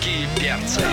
Русские перцы.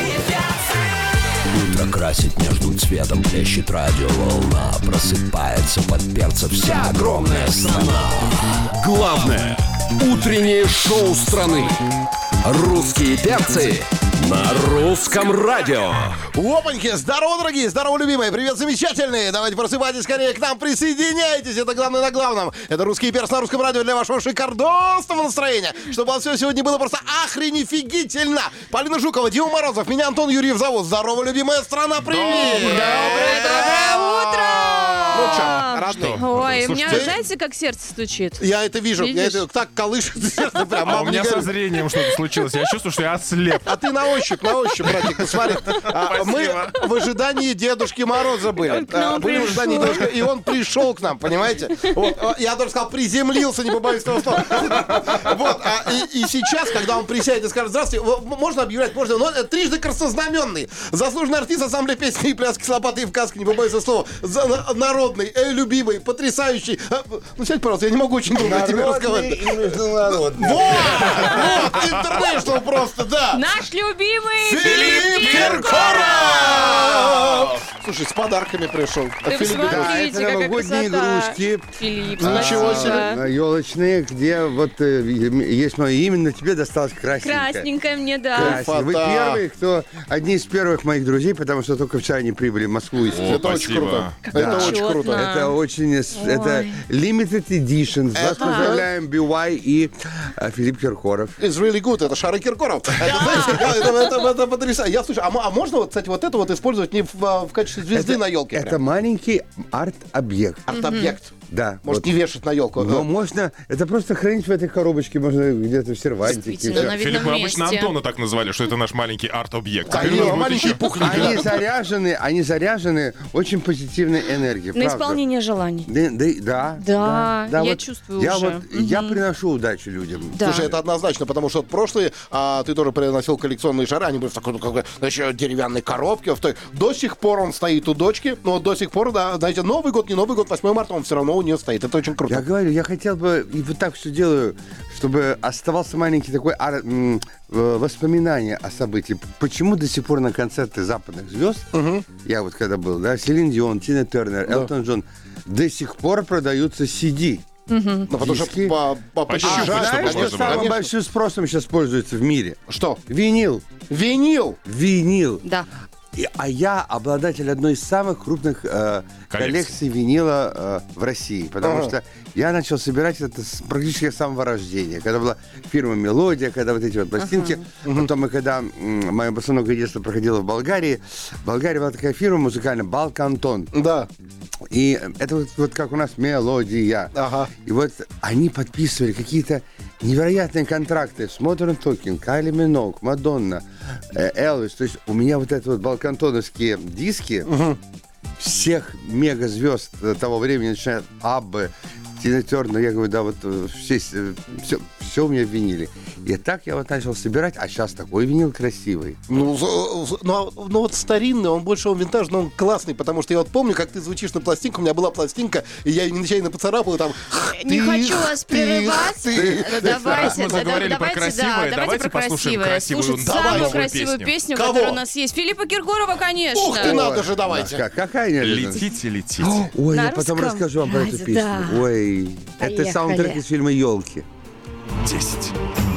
Утро красит между цветом, плещет радиоволна. Просыпается под перцем вся огромная страна. Главное утреннее шоу страны. Русские перцы на русском радио. Опаньки! Здорово, дорогие! Здорово, любимые! Привет, замечательные! Давайте просыпайтесь скорее к нам, присоединяйтесь! Это главное на главном. Это «Русский перц» на русском радио для вашего шикардосного настроения. Чтобы у вас все сегодня было просто охренефигительно! Полина Жукова, Дима Морозов, меня Антон Юрьев зовут. Здорово, любимая страна! Привет! Доброе утро! Ну что, родные? Ой, у Слушайте, меня, знаете, как сердце стучит? Я это вижу. Я Видишь? это так колышет сердце прям. А Мама у не меня со говорит. зрением что-то случилось. Я чувствую, что я ослеп. А ты на ощупь, братик, посмотри. Мы в ожидании Дедушки Мороза были. к нам Были в ожидании пришел. Дедушки, и он пришел к нам, понимаете? Вот, я даже сказал, приземлился, не побоюсь этого слова. Вот, и сейчас, когда он присядет и скажет, здравствуйте, можно объявлять, можно, но трижды краснознаменный, заслуженный артист ансамбля песни и пляски с лопатой и в каске, не побоюсь этого слова, народный, любимый, потрясающий. Ну, сядь, пожалуйста, я не могу очень долго тебе разговаривать. И международный. Вот, интернешнл просто, да. Наш любимый Филипп Киркоров! Слушай, с подарками пришел. Ты посмотрите, это какая новогодние красота. игрушки. Филипп, Ничего спасибо. Елочные, где вот есть мое имя, но тебе досталось красненькое. Красненькое мне, да. Красненькое. Вы Фата. первые, одни из первых моих друзей, потому что только вчера они прибыли в Москву. Это очень Спасибо. круто. Да. Это очень Почетно. круто. Это очень, это limited edition. Вас поздравляем, BY и Филипп Киркоров. It's really good. Это шары Киркоров. Это, знаете, это потрясающе. Я слушаю, а можно, вот, кстати, вот это вот использовать не в качестве звезды на елке? Это маленький арт-объект. Арт-объект. Да. Может, вот. не вешать на елку. Но можно, это просто хранить в этой коробочке, можно где-то в сервантике. Действительно, на Филипп, видном мы обычно месте. Антона так называли, что это наш маленький арт-объект. А Теперь не, у нас будет маленький еще. пухленький. Они заряжены очень позитивной энергией. На правда. исполнение желаний. Да, я вот чувствую я уже. Вот, я приношу удачу людям. Да. Слушай, это однозначно, потому что вот прошлые, ты тоже приносил коллекционные шары, они были в такой, ну, как бы, значит, деревянной коробке. До сих пор он стоит у дочки, но до сих пор, да, знаете, Новый год, не Новый год, 8 марта, он все равно у нее стоит. Это очень круто. Я говорю, я хотел бы, и вот так все делаю, чтобы оставался маленький такой воспоминание о событии. Почему до сих пор на концерты западных звезд, я вот когда был, да, Селин Дион, Тина Тернер, Элтон Джон, до сих пор продаются CD. Ну, потому что диски. Пощупать, Знаешь, чтобы что можно было. самым большим спросом сейчас пользуется в мире? Что? Винил. Винил! Да. А я обладатель одной из самых крупных коллекций винила в России. Потому что я начал собирать это практически с самого рождения. Когда была фирма «Мелодия», когда вот эти вот пластинки. Потом, и когда мое босоногое детство проходило в Болгарии, в Болгарии была такая фирма музыкальная «Балкантон». Да. И это вот как у нас «Мелодия». Ага. И вот они подписывали какие-то невероятные контракты с Modern Talking, Кайли Миноуг, Мадонна, Элвис. То есть у меня вот это вот балкантоновские диски всех мегазвезд того времени, начиная от Аббы, Тина Тернер, я говорю, да, вот все у меня в виниле. И так я вот начал собирать, а сейчас такой винил красивый. Ну вот старинный, он больше он винтажный, но он классный, потому что я вот помню, как ты звучишь на пластинку, у меня была пластинка, и я ее нечаянно поцарапал, и там... Не хочу вас прерывать. Раз мы заговорили про Давайте красивое, давайте про послушаем красивое. красивую, Слушать давай самую новую красивую песню. песню, Кого? которая у нас есть. Филиппа Киркорова, конечно. Ух ты, надо же, давайте. Какая неожиданность. Летите, летите. Ой, На я потом русском расскажу вам про эту радио, песню. да. Ой, это Поехали. саундтрек из фильма «Елки». 10.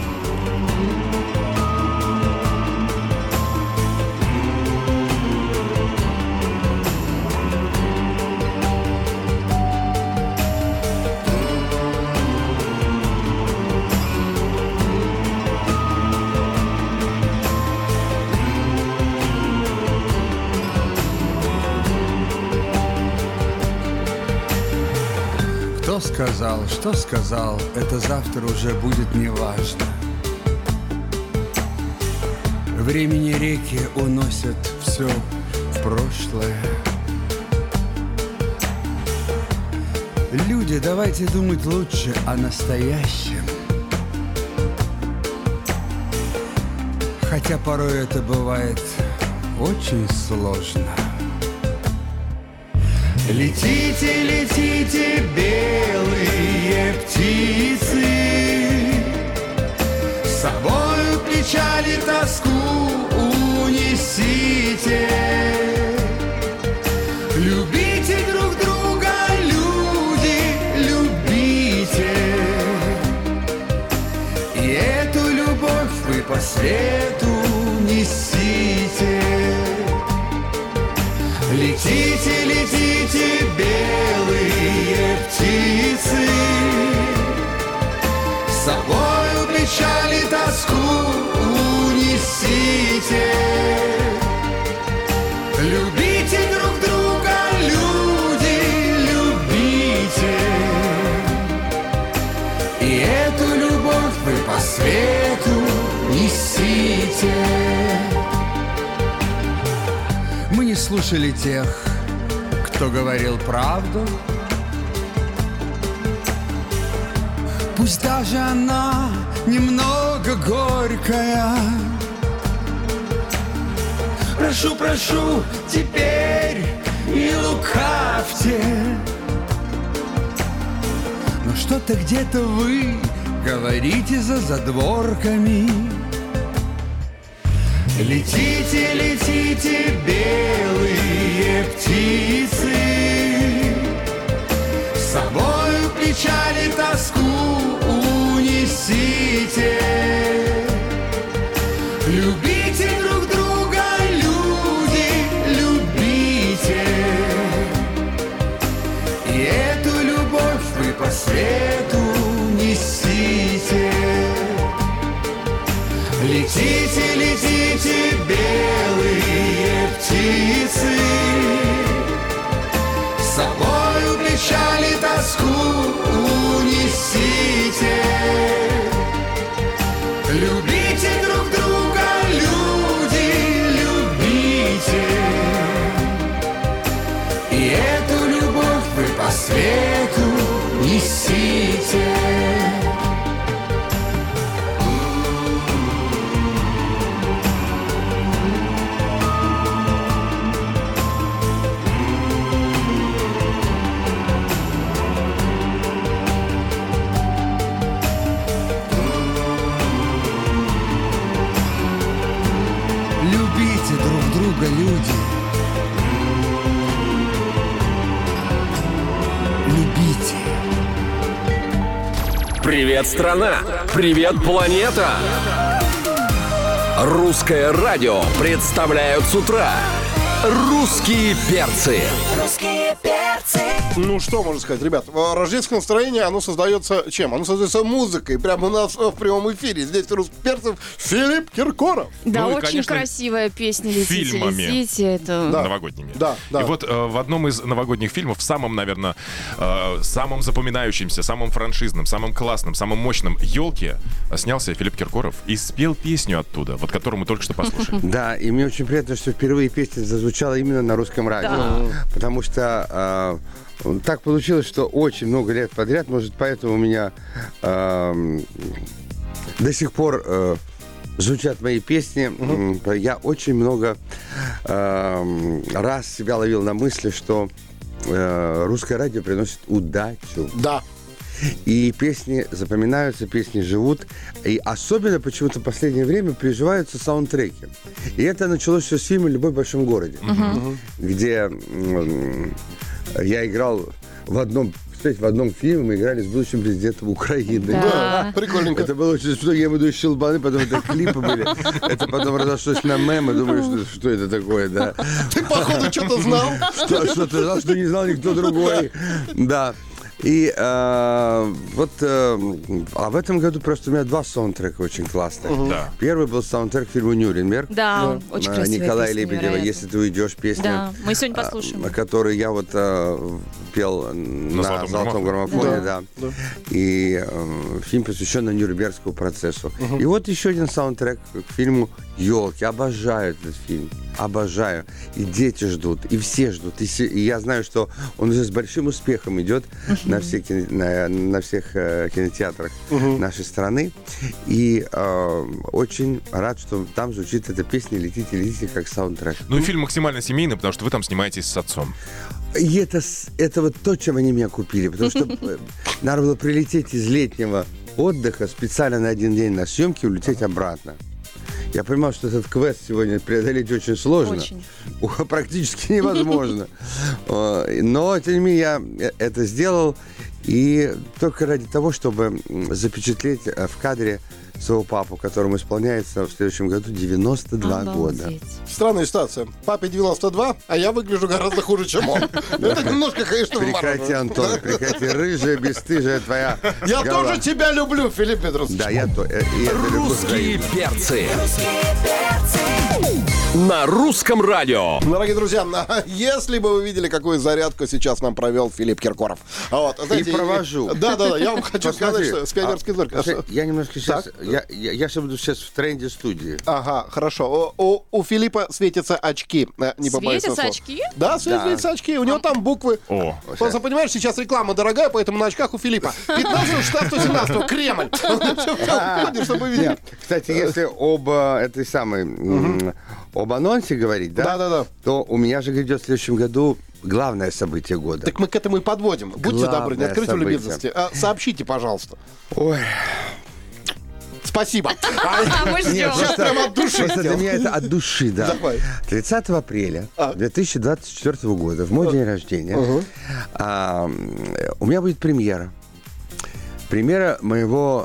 Кто сказал, что сказал, это завтра уже будет неважно. Времени реки уносят все в прошлое. Люди, давайте думать лучше о настоящем. Хотя порой это бывает очень сложно. Летите, летите, белые птицы, с собою печаль и тоску вы по свету несите. Летите, летите, белые птицы, с собою печаль и тоску унесите. Любите друг друга, люди, любите. И эту любовь вы по свету несите. Мы не слушали тех, кто говорил правду. Пусть даже она немного горькая. Прошу, прошу, теперь не лукавьте. Но что-то где-то вы говорите за задворками. Летите, летите, белые птицы, с собою печаль и тоску унесите. Любите друг друга, люди, любите. И эту любовь вы по свету несите. Летите, летите, белые птицы, с собою печаль и тоску унесите. Любите друг друга, люди, любите. И эту любовь вы по свету несите. Люди, любите. Привет, страна! Привет, планета! Русское радио представляют с утра «Русские перцы». Русские перцы. Ну, что можно сказать, ребят? Рождественское настроение, оно создается чем? Оно создается музыкой. Прямо у нас в прямом эфире. Здесь в «Русских перцев» Филипп Киркоров. Да, Ну и, очень конечно, красивая песня «Летите, фильмами. летите». Это... Да. Новогодними. Да, да. И вот в одном из новогодних фильмов, в самом, наверное, самом запоминающемся, самом франшизном, самом классном, самом мощном «Елке» снялся Филипп Киркоров и спел песню оттуда, вот которую мы только что послушали. Да, и мне очень приятно, что впервые песня зазвучала именно на русском радио. Потому что так получилось, что очень много лет подряд, может, поэтому у меня до сих пор звучат мои песни. Я очень много раз себя ловил на мысли, что русское радио приносит удачу. Да. И песни запоминаются, песни живут. И особенно почему-то в последнее время приживаются саундтреки. И это началось все с фильма «Любовь в большом городе», где я играл в одном фильме, мы играли с будущим президентом Украины. Да, прикольненько. Это было очень смешно. Я ему даю щелбаны, потом это клипы были. Это потом разошлось на мемы. Думаю, что это такое, да. Ты, походу, что-то знал. Что ты знал, что не знал никто другой. Да. И в этом году просто у меня два саундтрека очень классных. Да. Первый был саундтрек к фильму «Нюрнберг». Да, очень красивая Николая песня, Лебедева невероятно. «Если ты уйдешь», песня. Да, мы сегодня послушаем. Который я вот пел на «Золотом граммофоне», да. И фильм посвящен Нюрнбергскому процессу. И вот еще один саундтрек к фильму «Елки». Обожаю этот фильм. Обожаю. И дети ждут, и все ждут. И я знаю, что он уже с большим успехом идет на всех кинотеатрах нашей страны. И очень рад, что там звучит эта песня «Летите, летите» как саундтрек. Ну и фильм максимально семейный, потому что вы там снимаетесь с отцом. И это вот то, чем они меня купили. Потому что надо было прилететь из летнего отдыха специально на один день на съемки и улететь обратно. Я понимал, что этот квест сегодня преодолеть очень сложно. Очень. Практически невозможно. Но, тем не менее, я это сделал. И только ради того, чтобы запечатлеть в кадре своего папу, которому исполняется в следующем году 92 года. Обалдеть. Странная ситуация. Папе 92, а я выгляжу гораздо хуже, чем он. Это немножко, конечно, Прекрати, вымораживает. Антон, прекрати. Рыжая, бесстыжая твоя Я голова. тоже тебя люблю, Филипп Петросович. Да, я то. Русские перцы. На русском радио. Дорогие друзья, если бы вы видели, какую зарядку сейчас нам провел Филипп Киркоров. Вот, знаете, провожу. Да, я вам хочу сказать, Посмотри, что с пионерской зоркой. слушай, я немножко сейчас... Я же буду сейчас в тренде студии. Ага, хорошо. У Филиппа светятся очки. Не побоюсь Светятся этого слова. очки? Да, светятся очки. У него там буквы. О. Просто понимаешь, сейчас реклама дорогая, поэтому на очках у Филиппа 15, 16, 17 Кремль. Чтобы видеть. Нет, кстати, если об анонсе говорить, да? Да. То у меня же грядет в следующем году главное событие года. Так мы к этому и подводим. Будьте Главное добры, не откройте событие. любезности. Сообщите, пожалуйста. Ой. Спасибо. А мы ждем. Сейчас прям от души Просто для сделал. меня это от души, да. Давай. 30 апреля 2024 года, в мой день рождения, у меня будет премьера. Премьера моего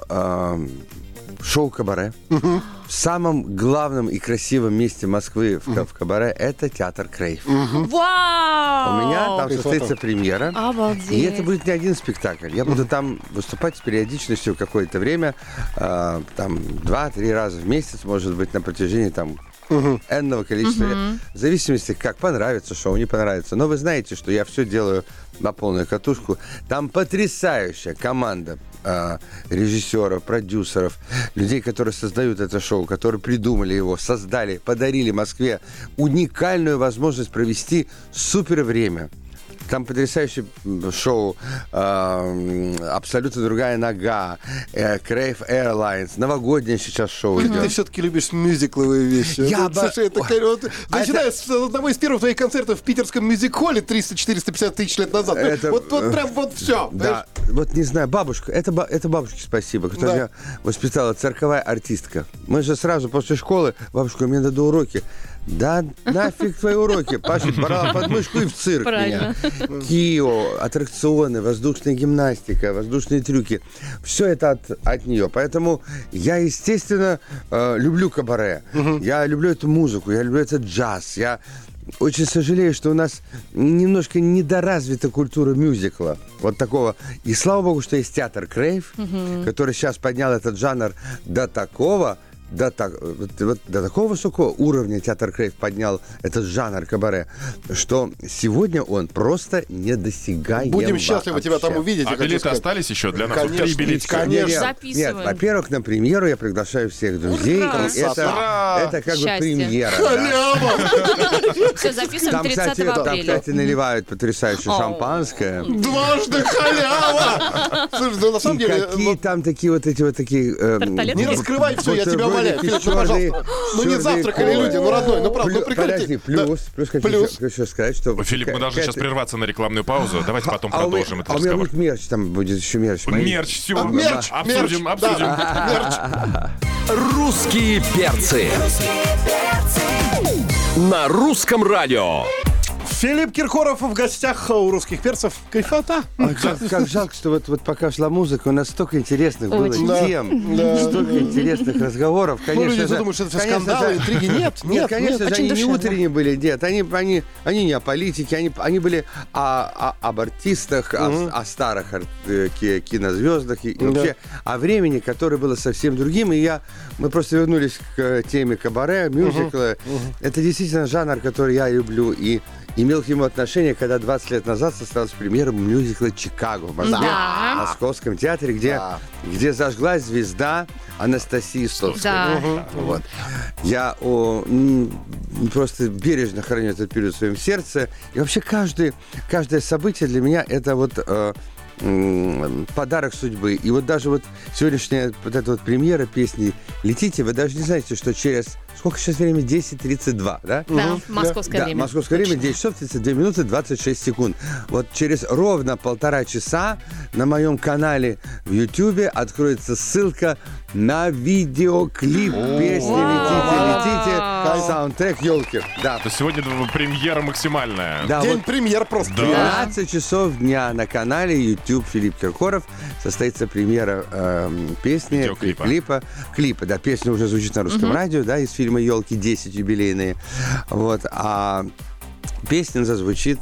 шоу «Кабаре». В самом главном и красивом месте Москвы в Кабаре это театр Крейв. У Вау! меня там состоится премьера. Обалдеть. И это будет не один спектакль. Я буду там выступать с периодичностью какое-то время, там 2-3 раза в месяц, может быть, на протяжении там энного количества лет. В зависимости, как понравится шоу, не понравится. Но вы знаете, что я все делаю на полную катушку. Там потрясающая команда режиссеров, продюсеров, людей, которые создают это шоу, которые придумали его, создали, подарили Москве уникальную возможность провести супер время. Там потрясающее шоу, абсолютно другая нога, Crave Airlines, новогоднее сейчас шоу Ты идет. все-таки любишь мюзикловые вещи. Слушай, это начиная с одного из первых твоих концертов в питерском мюзик-холле 300-450 тысяч лет назад. Это- Вот прям вот все. Да, вот не знаю, бабушка, это бабушке спасибо, которая Да. меня воспитала, цирковая артистка. Мы же сразу после школы, бабушка, мне надо уроки. Да нафиг твои уроки. Паша брала подмышку и в цирк Правильно. меня. Кио, аттракционы, воздушная гимнастика, воздушные трюки. Все это от нее. Поэтому я, естественно, люблю кабаре. Я люблю эту музыку, я люблю этот джаз. Я очень сожалею, что у нас немножко недоразвита культура мюзикла. Вот такого. И слава богу, что есть театр Крейв, который сейчас поднял этот жанр до такого высокого уровня театр Крейв поднял этот жанр кабаре, что сегодня он просто недосягаем. Будем счастливы тебя там увидеть. А я хочу билеты сказать. остались еще для нас? Конечно, 3 билетика. конечно. Нет, Записываем. во-первых, на премьеру я приглашаю всех друзей. Ура! И это как бы Счастье. премьера. Да. Все, записываем Там, 30 кстати, апреля. наливают потрясающее О. шампанское. Дважды халява! Слушай, ну на самом И деле... какие там такие такие... Тарталетки? Не раскрывай все, я тебя бутерброды умоляю. Филипп, ну, черные, пожалуйста. Ну не черные завтракали колы. люди, ну родной, ну правда, ну прекрати. Подожди, плюс Плюс. хочу сказать, что... Филипп, мы должны сейчас прерваться на рекламную паузу. Давайте потом А у меня- продолжим этот а у меня разговор. будет мерч, там будет еще мерч. мои. Мерч, все. Мерч, Обсудим, мерч, обсудим. да, Русские перцы. На русском радио. Филипп Киркоров в гостях у русских перцев. Кайфота. Ой, как жалко, что вот пока шла музыка, у нас столько интересных было Очень. тем, столько интересных разговоров. Ну, люди Конечно же, думают, что это все конечно скандалы, же- интриги. Нет, конечно же, очень они не душевно. утренние были, нет, они не о политике, они были об артистах, о старых кинозвездах и вообще о времени, которое было совсем другим. И мы просто вернулись к теме кабаре, мюзикла. Это действительно жанр, который я люблю и имел к нему отношение, когда 20 лет назад состоялась премьера мюзикла «Чикаго» в Москве, Да. в Московском театре, где зажглась звезда Анастасии Стоцкой. Да. Вот. Я просто бережно храню этот период в своем сердце. И вообще каждое событие для меня это вот подарок судьбы. И вот даже вот сегодняшняя вот эта вот премьера песни «Летите», вы даже не знаете, что через... Сколько сейчас время? 10:32, да? Да, московское Да, время. московское время 10 часов 32 минуты 26 секунд. Вот через ровно 1,5 часа на моем канале в Ютьюбе откроется ссылка на видеоклип песни «Летите, летите». саундтрек елки. Да. То есть сегодня премьера максимальная. Да, День вот премьер просто. 12 часов дня на канале YouTube Филипп Киркоров состоится премьера песни, Видеоклипа. клипа. Да, песня уже звучит на русском радио, да, из фильма «Елки 10» юбилейные. Вот, а песня зазвучит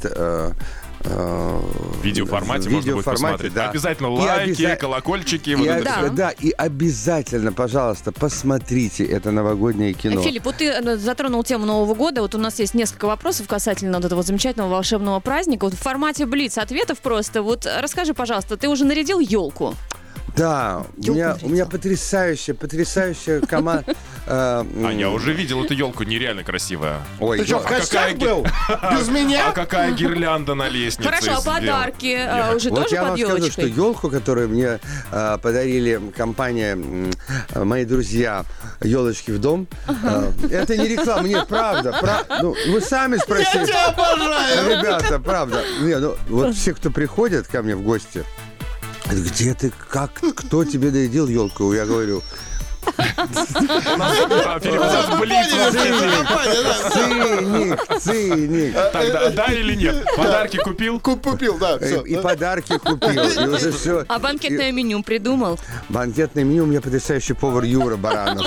В видеоформате можно будет посмотреть. Да. Обязательно лайки, колокольчики. Вот это всё. Да, и обязательно, пожалуйста, посмотрите это новогоднее кино. Филипп, вот ты затронул тему Нового года. Вот у нас есть несколько вопросов касательно вот этого замечательного волшебного праздника. Вот в формате блиц ответов просто. Вот расскажи, пожалуйста, ты уже нарядил елку? Да, у меня потрясающая команда. А я уже видел эту елку, нереально красивая. Ой, Ты что, в гостях был? Без меня? А какая гирлянда на лестнице? Хорошо, а подарки уже вот тоже я под вам скажу, что елочкой? елку, которую мне подарили компания, мои друзья, елочки в дом, это не реклама, нет, правда. Ну, вы сами спросите. Я тебя обожаю! Ребята, правда. Не, ну, вот все, кто приходят ко мне в гости, говорят, где ты, как, кто тебе нарядил елку? Я говорю, циник. Тогда да или нет? Подарки купил? Купил, да. И подарки купил, и уже все. А банкетное меню придумал? Банкетное меню у меня потрясающий повар Юра Баранов.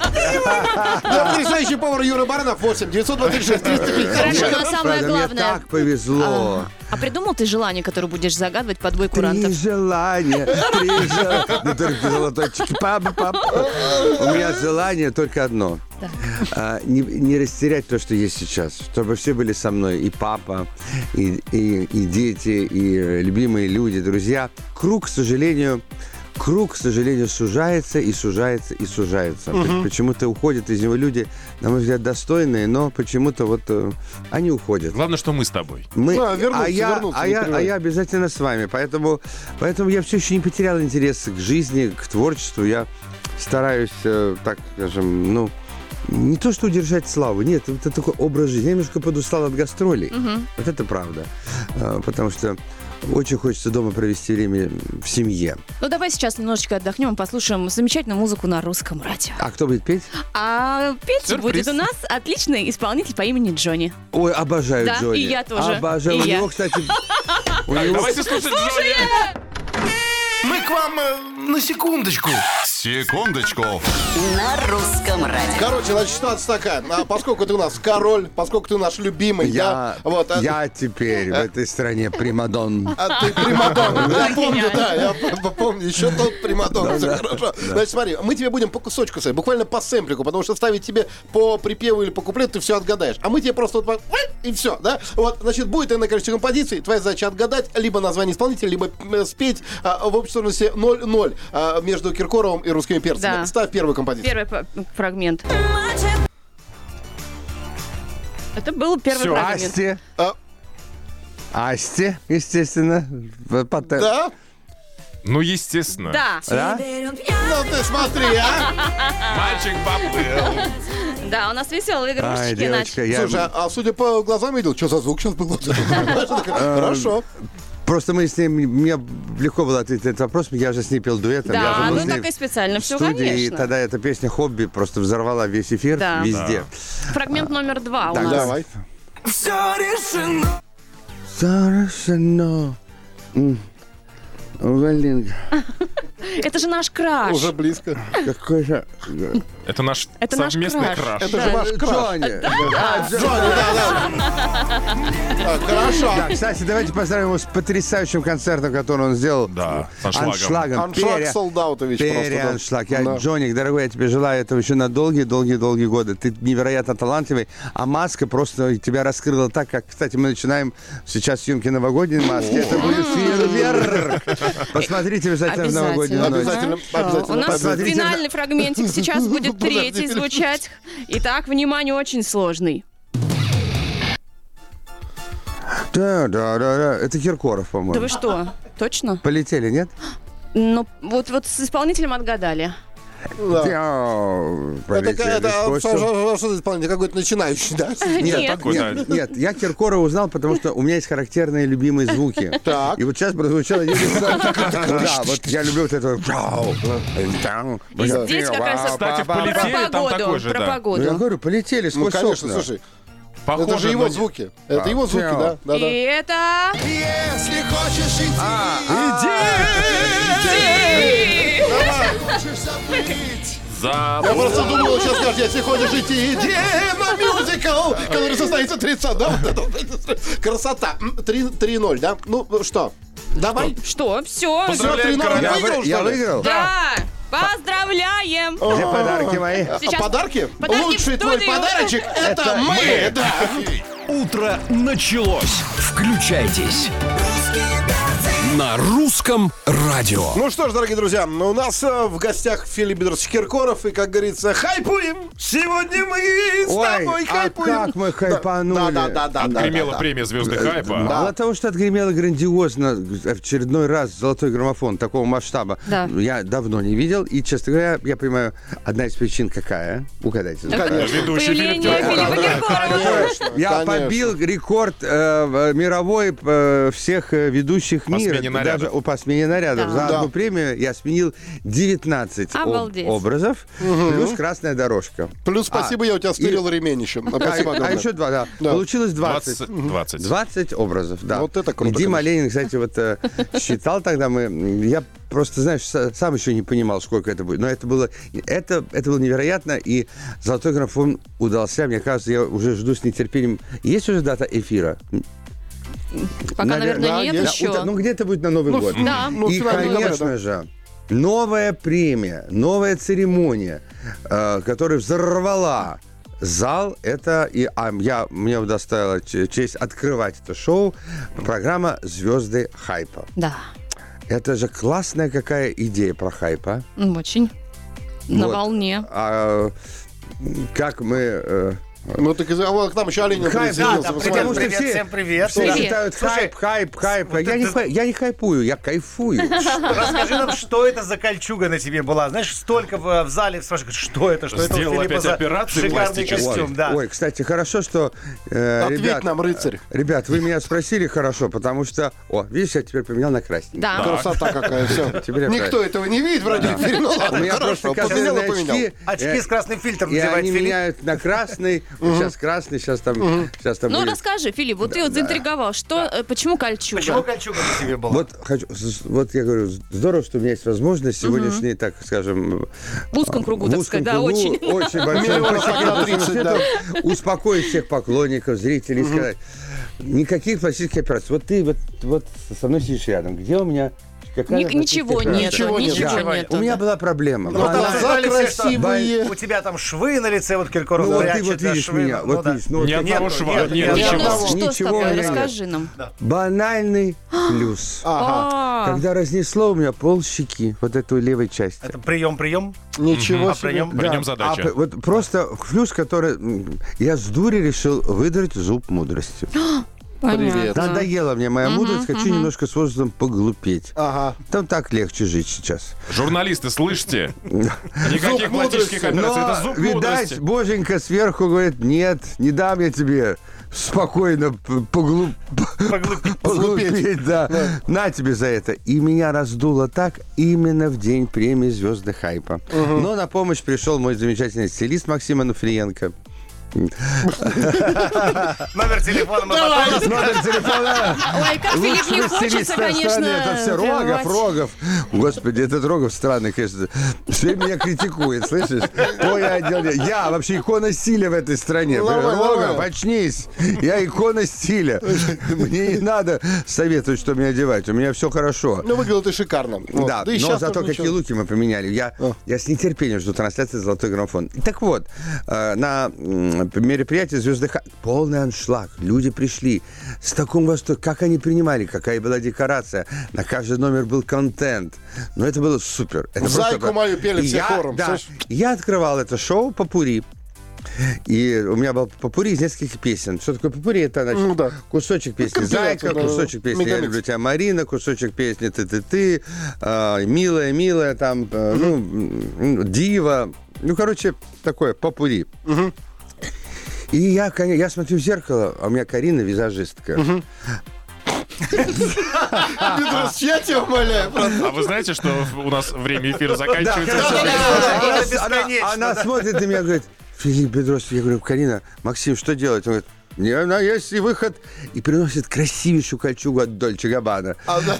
Потрясающий повар Юра Баранов. 8 926 350. Хорошо, но самое Правда, мне главное... так повезло. А придумал ты желание, которое будешь загадывать под бой 3 курантов? желания, 3 желания. Ну, только золоточки, папа. У меня желание только одно. Не растерять то, что есть сейчас. Чтобы все были со мной. И папа, и дети, и любимые люди, друзья. Круг, к сожалению, сужается и сужается и сужается. Почему-то уходят из него люди, на мой взгляд, достойные, но почему-то вот они уходят. Главное, что мы с тобой. Вернуться, я обязательно с вами. Поэтому я все еще не потерял интерес к жизни, к творчеству. Я стараюсь, так скажем, не то что удержать славу, нет, это такой образ жизни. Я немножко подустал от гастролей. Вот это правда. Потому что очень хочется дома провести время в семье. Ну, давай сейчас немножечко отдохнем и послушаем замечательную музыку на русском радио. А кто будет петь? А петь Сюрприз. будет у нас отличный исполнитель по имени Джонни. Ой, обожаю Да, Джонни. и я тоже. Обожаю. И У я. него, кстати... у него- Давайте слушать Джонни. Мы к вам на секундочку. Секундочку. На русском радио. Короче, значит, ситуация такая. Поскольку ты у нас король, поскольку ты наш любимый, Я да, теперь в этой стране примадон. А ты примадонна. Я помню, да, я помню. Еще тот примадонна. Все хорошо. Значит, смотри, мы тебе будем по кусочку ставить, буквально по сэмплику, потому что ставить тебе по припеву или по куплету ты все отгадаешь. А мы тебе просто вот и все, да? Вот, значит, будет иное количество композиций. Твоя задача отгадать либо название исполнителя, либо спеть в общей сложности 0-0 между Киркоровым и русскими перцами. Да. Ставь первую композицию. Первый фрагмент. Это был первый Всё. фрагмент. Асти, естественно. Да? Ну, естественно. Да, Да? Ну ты смотри, а! Мальчик поплыл. да, у нас веселые Ай, игрушечки девочка, я... Слушай, а судя по глазам видел, что за звук сейчас был? Хорошо. Просто мы с ней... Мне легко было ответить на этот вопрос. Я же с ней пел дуэтом. я же Да, был ну с ней так и специально в все, студии, и конечно. тогда эта песня «Хобби» просто взорвала весь эфир Да. везде. Фрагмент номер 2 у Так, нас. Давай. Все решено. Совершенно. Валинга. Это же наш краш. Уже близко. Какой же... Это наш Это наш совместный краш. краш. Это же ваш краш. Джонни. Джонни, да. Хорошо. Да, кстати, давайте поздравим его с потрясающим концертом, который он сделал. Да, с аншлагом. Аншлагом. Аншлаг Солдаутович просто. Переаншлаг. Да. Я, Джоник, дорогой, я тебе желаю этого еще на долгие-долгие годы. Ты невероятно талантливый, а маска просто тебя раскрыла так, как, кстати, мы начинаем сейчас съемки новогодней маски. Это будет фейерверк. Посмотрите обязательно в новогоднюю ночь. Обязательно, обязательно. У нас Посмотрите. финальный фрагментик сейчас будет третий звучать. Итак, внимание, очень сложный. Да. Это Киркоров, Да по-моему. вы что? Точно? Полетели, нет? Ну, вот с исполнителем отгадали. Это что за исполнение? Какой-то начинающий, да? Нет, я Киркорова узнал, потому что у меня есть характерные любимые звуки. Так. И вот сейчас прозвучало один из самых... Да, вот я люблю вот это... И здесь как раз Кстати, про полетели, там такой же, про да. Ну, погоду. я говорю, полетели Ну, сквозь конечно, окна. слушай. Похоже, Это же его но не- звуки. Это его звуки, да? И это... Если хочешь идти, хочешь забыть. За... Я просто думал, сейчас скажешь, если хочешь идти, иди на мюзикл, который состоится 30, да? Вот это вот. Красота. 3-0, да? Ну, что? Давай. Что? Все. Поздравляем 3-0 короля. выиграл, Я что ли? выиграл? Да. Поздравляем. Где подарки мои? А подарки? Подарки Лучший в твой студию. подарочек — это мы, да. Утро началось. Включайтесь. На русском радио. Ну что ж, дорогие друзья, у нас в гостях Филипп Бедросович Киркоров, и, как говорится, хайпуем! Сегодня мы с тобой хайпуем! как мы хайпанули. Да. Отгремела премия «Звезды хайпа». Мало того, что отгремело грандиозно в очередной раз золотой граммофон такого масштаба, Да. я давно не видел. И, честно говоря, я понимаю, одна из причин какая? Угадайте. Ведущий Филипп Появление Киркоров. Филиппа Киркорова. Я побил рекорд мировой всех ведущих По мира. смене нарядов. Даже по смене нарядов. Да. За одну Да. премию я сменил 19 Обалдеть. образов, плюс красная дорожка. Плюс спасибо, я у тебя стырил ремень еще. Спасибо А огромное. еще два, да. Да. Получилось 20. 20. Образов, да. Вот это круто, И Дима конечно. Ленин, кстати, вот считал тогда я просто, знаешь, сам еще не понимал, сколько это будет. Но это было невероятно, и золотой граммофон удался. Мне кажется, я уже жду с нетерпением. Есть уже дата эфира? Пока, наверное, да, нет есть. еще. Ну, где-то будет на Новый год. Да. И, конечно же, новая премия, новая церемония, которая взорвала зал, это мне удостоила честь открывать это шоу, программа «Звезды хайпа». Да. Это же классная какая идея про хайпа. Очень. На Вот. волне. Как мы... Ну, так вот к нам еще Оленин Хайп, присоединился. да, посмотри. потому что все- всем привет. Все Привет. считают Слушай, хайп. Я не хайпую, я кайфую. Расскажи нам, что это за кольчуга на тебе была? Знаешь, столько в зале спрашивают, что это у Сделал Филиппа опять за операции шикарный пластические. костюм, да. Ой, кстати, хорошо, что... Ответь нам, рыцарь. Ребят, вы меня спросили хорошо, потому что... видишь, я теперь поменял на красненький. Да. Красота какая, все. Теперь я Никто этого не видит в радиоэфире. Ну У ладно, меня хорошо, просто поменял и кожаные поменял. очки. Очки с красным фильтром И надевает они Филипп. меняют на красный. Вот сейчас красный, сейчас там Ну, будет. расскажи, Филипп, вот ты вот заинтриговал, почему кольчуга? Почему кольчуга на тебе была? Вот я говорю, здорово, что у меня есть возможность сегодняшний, так скажем... В узком кругу, в так узком сказать, да, кругу, очень. очень большой Миллионов по секрету 30, да. успокоить всех поклонников, зрителей, сказать, никаких пластических операций. Вот ты вот со мной сидишь рядом. Где у меня... какая Ничего пластическая нет, Ничего нет. ничего Да. нет. У меня была проблема. Ну, там Она- сказали все, что красивые. у тебя там швы на лице, вот Киркоров Ну, вот ты прячет, вот да, видишь швы, меня, ну, вот да. видишь. Ну, вот Ни ты- одного Нет, шва. нет, Нет, нет, ничего. Филипп, ну что с Ничего тобой? у меня нет. Расскажи нам. Банальный плюс. А, Когда разнесло у меня полщеки, вот эту левой части. Это прием. Ничего А себе. прием? При нем задача. Вот просто плюс, который... Я с дури решил выдрать зуб мудрости. Привет. понятно. Надоела мне моя мудрость, хочу немножко с возрастом поглупеть. Ага. Там так легче жить сейчас. Журналисты, слышите? Никаких Зуб пластических операций. Это Но, зуб видать, мудрости. боженька сверху говорит, нет, не дам я тебе спокойно поглупеть, да. На тебе за это. И меня раздуло так именно в день премии «Звезды хайпа». Но на помощь пришел мой замечательный стилист Максим Ануфриенко. Номер телефона мы потом Номер телефона. Ой, как Филипп не Лучшего хочется, стилиста конечно, страны. Это все прерывать. Рогов. Господи, этот Рогов странный, конечно. Все время меня критикует, слышишь? Ой, я вообще икона стиля в этой стране. Нормально, Рогов, нормально. очнись. Я икона стиля. Мне не надо советовать, что мне одевать. У меня все хорошо. Ну, выглядел ты шикарно. Вот. Да, и но щас зато тоже какие ничего. луки мы поменяли. Я с нетерпением жду трансляции «Золотой граммофон». Так вот, на мероприятии «Звезды хайпа» полный аншлаг. Люди пришли с таким восторгом. Как они принимали, какая была декорация. На каждый номер был контент. Но это было супер. Это В «Зайку просто- мою» пели И все хором, Да, слышишь? я открывал это шоу «Попурри». И у меня был попурри из нескольких песен. Что такое попурри? Это, значит, кусочек песни «Зайка», кусочек песни «Я люблю тебя, Марина», кусочек песни «Ты-ты-ты», «Милая», там, «Дива». Ну, короче, такое попурри. И я смотрю в зеркало, а у меня Карина визажистка. Петрос, я тебя умоляю. А вы знаете, что у нас время эфира заканчивается? Она смотрит на меня и говорит: Филипп Бедрос, я говорю: Карина, Максим, что делать? Он говорит: есть и выход. И приносит красивейшую кольчугу от Дольче Габбана. Она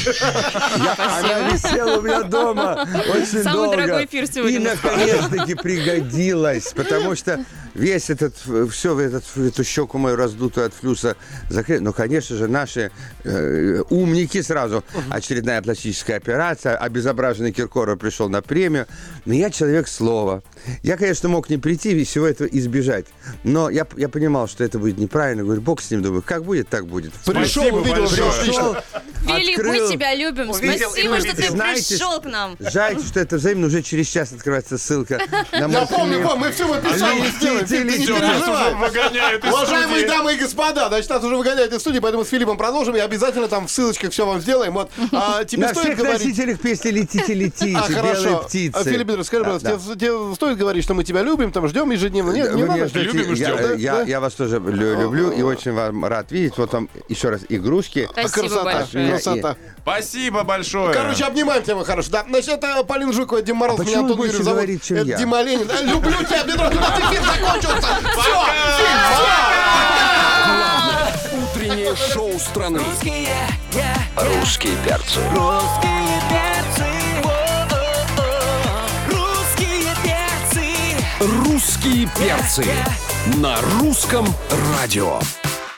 висела у меня дома очень долго. Самый дорогой эфир сегодня. И наконец-таки пригодилась, потому что весь эту щеку мою раздутую от флюса закрыли. Но, конечно же, наши умники сразу. Очередная пластическая операция. Обезображенный Киркоров пришел на премию. Но я человек слова. Я, конечно, мог не прийти и всего этого избежать. Но я понимал, что это будет неправильно. Говорю, бог с ним, думаю, как будет, так будет. Пришел, увидел, все отлично. Филипп, мы тебя любим. Спасибо, что ты пришел к нам. Жаль, что это взаимно. Уже через час открывается ссылка на мой Я помню, мы все в описании сделаем. Ты не переживай. Уважаемые дамы и господа, значит, нас уже выгоняют из студии, поэтому с Филиппом продолжим. И обязательно там в ссылочках все вам сделаем. Вот. Тебе на стоит всех говорить... носителях песни «Летите, летите», белые хорошо. птицы. Филипп Бедрос, скажи, пожалуйста, тебе стоит говорить, что мы тебя любим, там ждем ежедневно? Нет, не надо. Любим и ждем. Я вас тоже люблю и очень вам рад видеть. Вот вам еще раз игрушки. Спасибо большое. Красота. Спасибо большое. Короче, обнимаем тебя, мой хороший. Да, значит, это Полина Жукова, Дима Мороз, меня Антон Юрьев зовут. Это я? Дима Ленин. Люблю тебя, Бедрос, у нас эфир закончился. Все, Утреннее шоу страны. Русские перцы. Русские перцы. На русском радио.